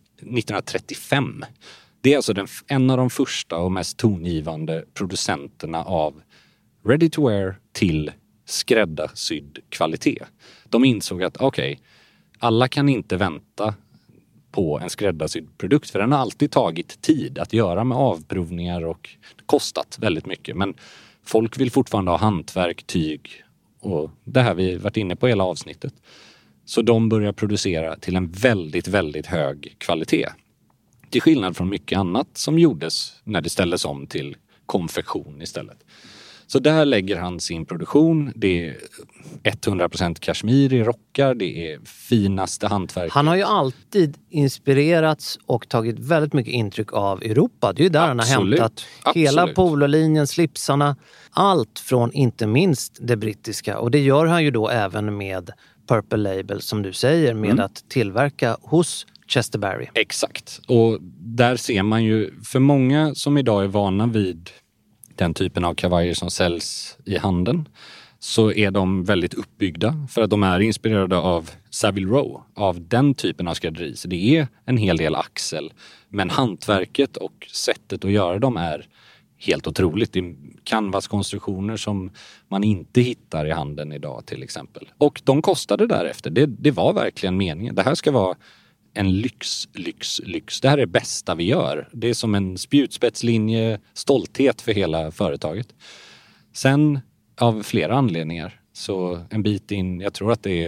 1935. Det är alltså en av de första och mest tongivande producenterna av ready to wear till skräddarsydd kvalitet. De insåg att alla kan inte vänta på en skräddarsydd produkt, för den har alltid tagit tid att göra med avprovningar och kostat väldigt mycket. Men folk vill fortfarande ha hantverk, tyg och det här vi varit inne på hela avsnittet. Så de börjar producera till en väldigt, väldigt hög kvalitet. Till skillnad från mycket annat som gjordes när det ställdes om till konfektion istället. Så där lägger han sin produktion. Det är 100% kashmir i rockar. Det är finaste hantverk. Han har ju alltid inspirerats och tagit väldigt mycket intryck av Europa. Det är ju där han har hämtat hela pololinjen, slipsarna. Allt från inte minst det brittiska. Och det gör han ju då även med Purple Label, som du säger, med att tillverka hos Chesterberry. Exakt. Och där ser man ju, för många som idag är vana vid den typen av kavajer som säljs i handeln, så är de väldigt uppbyggda för att de är inspirerade av Savile Row, av den typen av skrädderi. Så det är en hel del axel, men hantverket och sättet att göra dem är helt otroligt. Det är canvaskonstruktioner som man inte hittar i handeln idag till exempel. Och de kostade därefter. Det var verkligen meningen. Det här ska vara en lyx. Det här är det bästa vi gör. Det är som en spjutspetslinje, stolthet för hela företaget. Sen av flera anledningar, så en bit in, jag tror att det är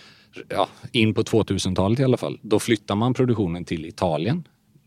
in på 2000-talet i alla fall, då flyttar man produktionen till Italien.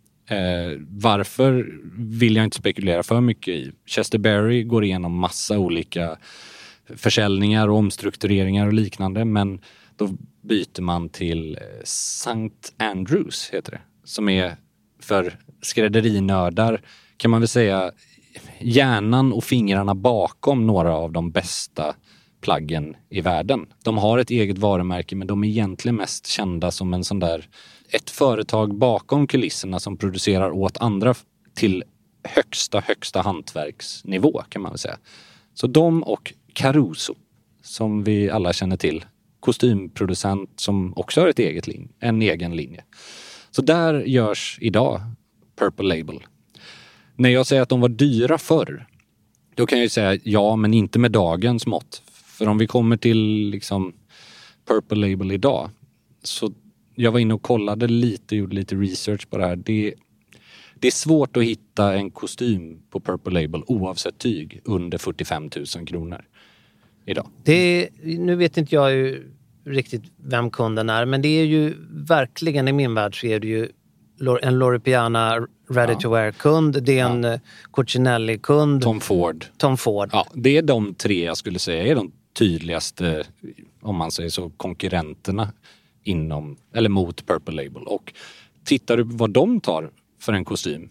Varför vill jag inte spekulera för mycket i. Chesterberry går igenom massa olika försäljningar och omstruktureringar och liknande, men då byter man till St. Andrews heter det. Som är för skrädderinördar, kan man väl säga, hjärnan och fingrarna bakom några av de bästa plaggen i världen. De har ett eget varumärke, men de är egentligen mest kända som en sån där, ett företag bakom kulisserna som producerar åt andra till högsta hantverksnivå, kan man väl säga. Så de och Caruso, som vi alla känner till, kostymproducent som också har en egen linje. Så där görs idag Purple Label. När jag säger att de var dyra förr, då kan jag ju säga ja, men inte med dagens mått. För om vi kommer till liksom Purple Label idag, så jag var inne och kollade lite, gjorde lite research på det här. Det är svårt att hitta en kostym på Purple Label oavsett tyg under 45 000 kronor idag. Nu vet inte jag ju riktigt vem kunden är, men det är ju verkligen, i min värld så är det ju en Loro Piana ready to wear kund, det är en Cucinelli kund, Tom Ford. Ja, det är de tre jag skulle säga är de tydligaste, om man säger så, konkurrenterna inom eller mot Purple Label. Och tittar du på vad de tar för en kostym,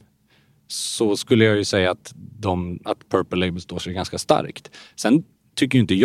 så skulle jag ju säga att Purple Label står sig ganska starkt. Sen tycker ju inte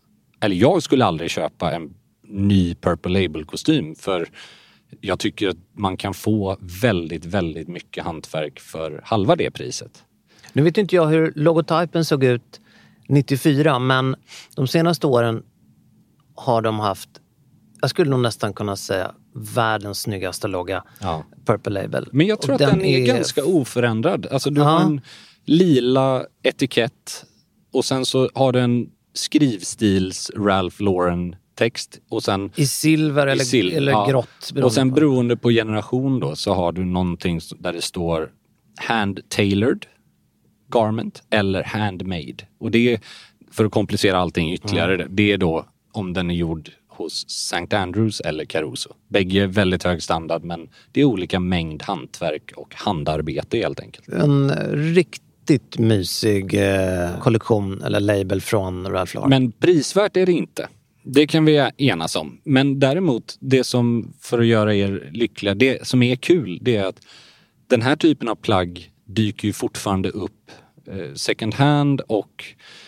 jag skulle aldrig köpa en ny Purple Label-kostym, för jag tycker att man kan få väldigt, väldigt mycket hantverk för halva det priset. Nu vet inte jag hur logotypen såg ut 94, men de senaste åren har de haft, jag skulle nog nästan kunna säga, världens snyggaste logga, Purple Label. Men jag tror att den är ganska oförändrad. Alltså du har en lila etikett och sen så har du en skrivstils Ralph Lauren text och sen i silver eller grått. Och sen beroende på generation då, så har du någonting där det står hand-tailored garment eller handmade. Och det är för att komplicera allting ytterligare, det är då om den är gjord hos St. Andrews eller Caruso. Bägge är väldigt hög standard, men det är olika mängd hantverk och handarbete helt enkelt. En riktigt mysig kollektion eller label från Ralph Lauren. Men prisvärt är det inte. Det kan vi enas om. Men däremot, det som för att göra er lyckliga, det som är kul, det är att den här typen av plagg dyker ju fortfarande upp second hand och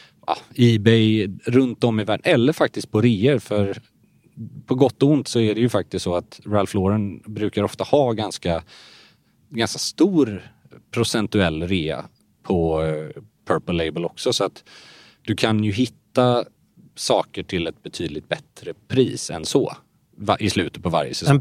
eBay runt om i världen. Eller faktiskt på reor, för på gott och ont så är det ju faktiskt så att Ralph Lauren brukar ofta ha ganska stor procentuell rea på Purple Label också. Så att du kan ju hitta saker till ett betydligt bättre pris än så i slutet på varje säsong.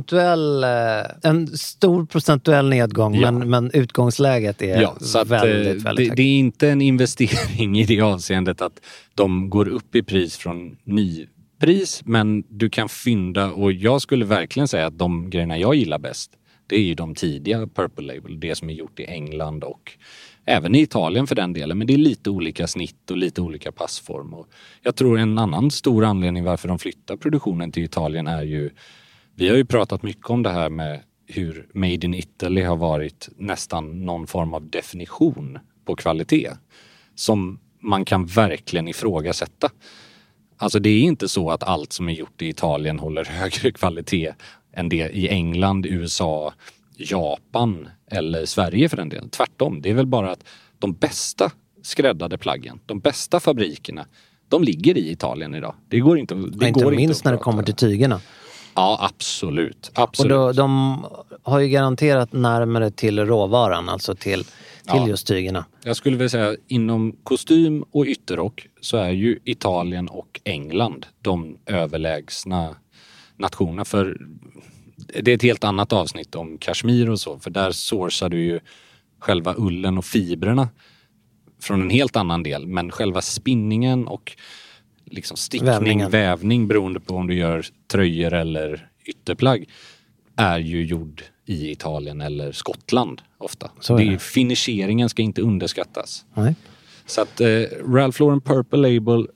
En stor procentuell nedgång, men utgångsläget är så att, väldigt högt. Det är inte en investering i det avseendet att de går upp i pris från nypris, men du kan fynda, och jag skulle verkligen säga att de grejerna jag gillar bäst, det är ju de tidiga Purple Label, det som är gjort i England och även i Italien för den delen, men det är lite olika snitt och lite olika passform. Och jag tror en annan stor anledning varför de flyttar produktionen till Italien är ju, vi har ju pratat mycket om det här med hur Made in Italy har varit nästan någon form av definition på kvalitet som man kan verkligen ifrågasätta. Alltså det är inte så att allt som är gjort i Italien håller högre kvalitet än det i England, USA, Japan eller Sverige för den delen. Tvärtom, det är väl bara att de bästa skräddade plaggen, de bästa fabrikerna, de ligger i Italien idag. Det går inte minst när det kommer till tygerna. Ja, absolut. Och de har ju garanterat närmare till råvaran, alltså till just tygerna. Jag skulle vilja säga inom kostym och ytterrock så är ju Italien och England de överlägsna nationerna. För det är ett helt annat avsnitt om kashmir och så, för där sourcar du ju själva ullen och fibrerna från en helt annan del, men själva spinningen och liksom stickning, vävning beroende på om du gör tröjor eller ytterplagg är ju gjord i Italien eller Skottland ofta. Finisheringen ska inte underskattas. Nej. Så att Ralph Lauren Purple Label,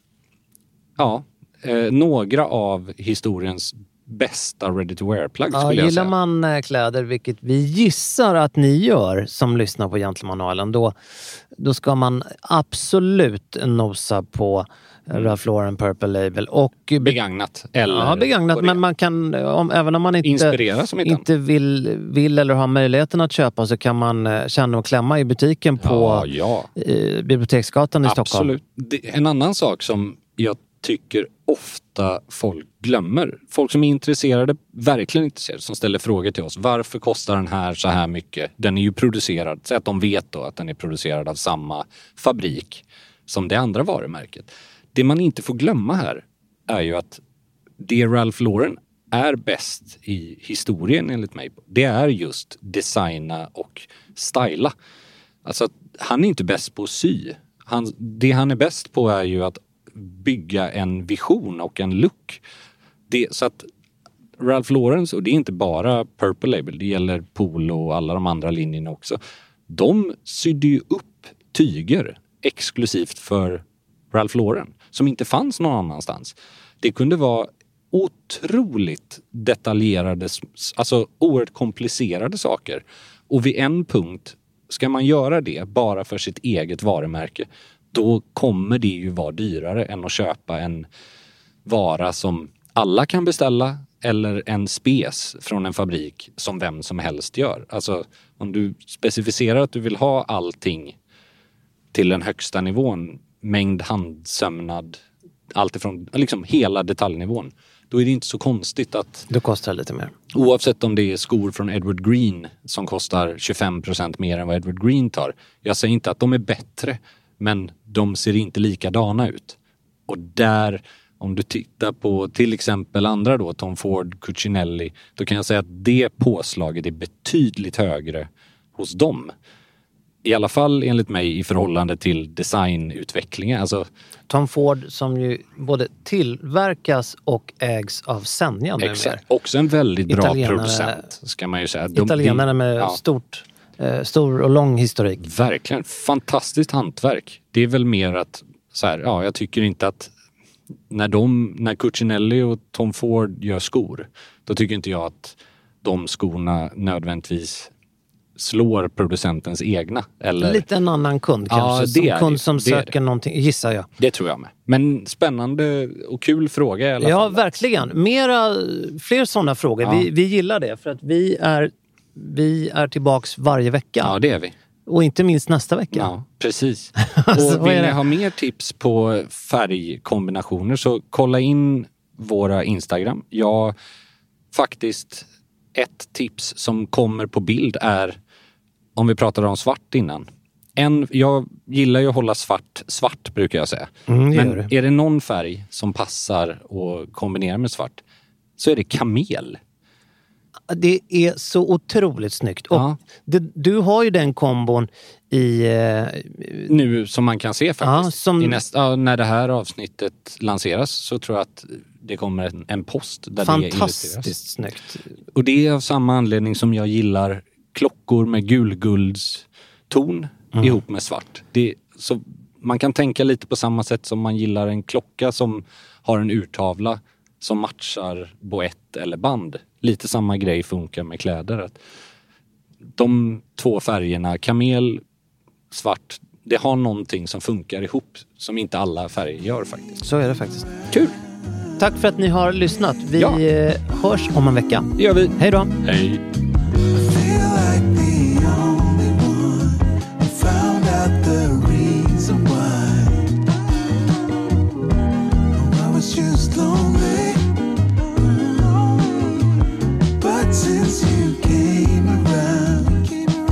några av historiens bästa ready-to-wear-plagg skulle jag säga. Gillar man kläder, vilket vi gissar att ni gör som lyssnar på Gentlemanualen, då ska man absolut nosa på Ralph Lauren Purple Label. Och begagnat. Eller begagnat, men man kan, även om man inte vill eller har möjligheten att köpa, så kan man känna och klämma i butiken på Biblioteksgatan i Stockholm. Absolut. En annan sak som jag tycker ofta folk glömmer. Folk som är intresserade, verkligen intresserade, som ställer frågor till oss. Varför kostar den här så här mycket? Den är ju producerad, så att de vet då att den är producerad av samma fabrik som det andra varumärket. Det man inte får glömma här är ju att det Ralph Lauren är bäst i historien enligt mig, det är just designa och styla. Alltså han är inte bäst på att sy. Det han är bäst på är ju att bygga en vision och en look. Så att Ralph Lauren, och det är inte bara Purple Label, det gäller Polo och alla de andra linjerna också. De sydde ju upp tyger exklusivt för Ralph Lauren som inte fanns någon annanstans. Det kunde vara otroligt detaljerade, alltså oerhört komplicerade saker. Och vid en punkt ska man göra det bara för sitt eget varumärke, då kommer det ju vara dyrare än att köpa en vara som alla kan beställa eller en spes från en fabrik som vem som helst gör. Alltså om du specificerar att du vill ha allting till den högsta nivån, mängd handsömnad, allt ifrån liksom hela detaljnivån, då är det inte så konstigt att det kostar lite mer. Oavsett om det är skor från Edward Green som kostar 25% mer än vad Edward Green tar. Jag säger inte att de är bättre, men de ser inte likadana ut. Och där, om du tittar på till exempel andra då, Tom Ford, Cucinelli, då kan jag säga att det påslaget är betydligt högre hos dem. I alla fall enligt mig i förhållande till designutvecklingen. Alltså, Tom Ford som ju både tillverkas och ägs av Senja nu. Exakt. Också en väldigt bra producent ska man ju säga. Italienare med stor och lång historik. Verkligen. Fantastiskt hantverk. Det är väl mer att så här, ja, jag tycker inte att när Cucinelli och Tom Ford gör skor, då tycker inte jag att de skorna nödvändigtvis slår producentens egna. Eller... Lite en annan kund kanske. Ja, kund som söker någonting, gissar jag. Det tror jag med. Men spännande och kul fråga i alla fall. Ja, verkligen. Fler sådana frågor. Ja. Vi gillar det för att vi är tillbaks varje vecka. Ja, det är vi. Och inte minst nästa vecka. Ja, precis. Och vill ni ha mer tips på färgkombinationer så kolla in våra Instagram. Ja, faktiskt ett tips som kommer på bild är, om vi pratade om svart innan. Jag gillar ju att hålla svart brukar jag säga. Men är det någon färg som passar och kombinerar med svart så är det kamel. Det är så otroligt snyggt. Och du har ju den kombon i... nu som man kan se faktiskt. När det här avsnittet lanseras så tror jag att det kommer en post där det illustreras. Fantastiskt snyggt. Och det är av samma anledning som jag gillar klockor med gulguldston ihop med svart. Så man kan tänka lite på samma sätt som man gillar en klocka som har en urtavla som matchar boett eller band. Lite samma grej funkar med kläder. Att de två färgerna, kamel, svart, det har någonting som funkar ihop som inte alla färger gör faktiskt. Så är det faktiskt. Kul! Tack för att ni har lyssnat. Vi hörs om en vecka. Det gör vi. Hej då! Hej! Since you came around,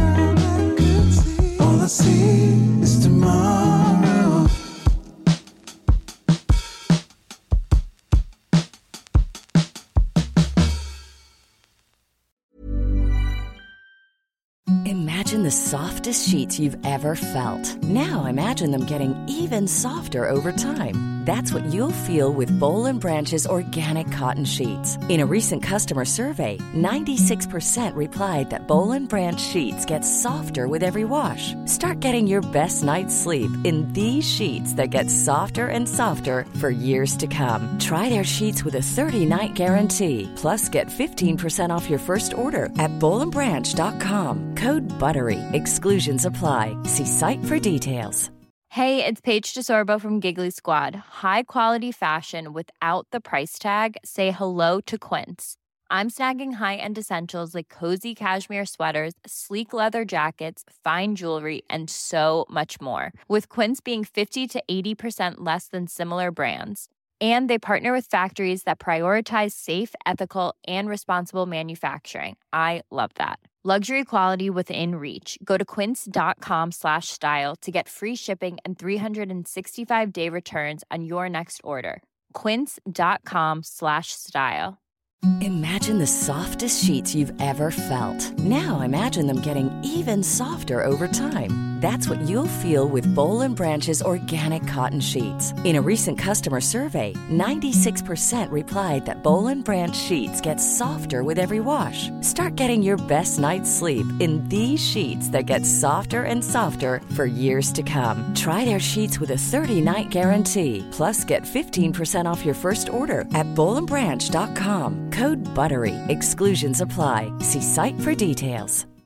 all I see is tomorrow. Imagine the softest sheets you've ever felt. Now imagine them getting even softer over time. That's what you'll feel with Boll & Branch's organic cotton sheets. In a recent customer survey, 96% replied that Boll & Branch sheets get softer with every wash. Start getting your best night's sleep in these sheets that get softer and softer for years to come. Try their sheets with a 30-night guarantee. Plus, get 15% off your first order at BollandBranch.com. Code BUTTERY. Exclusions apply. See site for details. Hey, it's Paige DeSorbo from Giggly Squad. High quality fashion without the price tag. Say hello to Quince. I'm snagging high-end essentials like cozy cashmere sweaters, sleek leather jackets, fine jewelry, and so much more. With Quince being 50 to 80% less than similar brands. And they partner with factories that prioritize safe, ethical, and responsible manufacturing. I love that. Luxury quality within reach. Go to quince.com/style to get free shipping and 365-day returns on your next order. Quince.com/style. Imagine the softest sheets you've ever felt. Now imagine them getting even softer over time. That's what you'll feel with Boll & Branch's organic cotton sheets. In a recent customer survey, 96% replied that Boll & Branch sheets get softer with every wash. Start getting your best night's sleep in these sheets that get softer and softer for years to come. Try their sheets with a 30-night guarantee. Plus, get 15% off your first order at BollandBranch.com. Code BUTTERY. Exclusions apply. See site for details.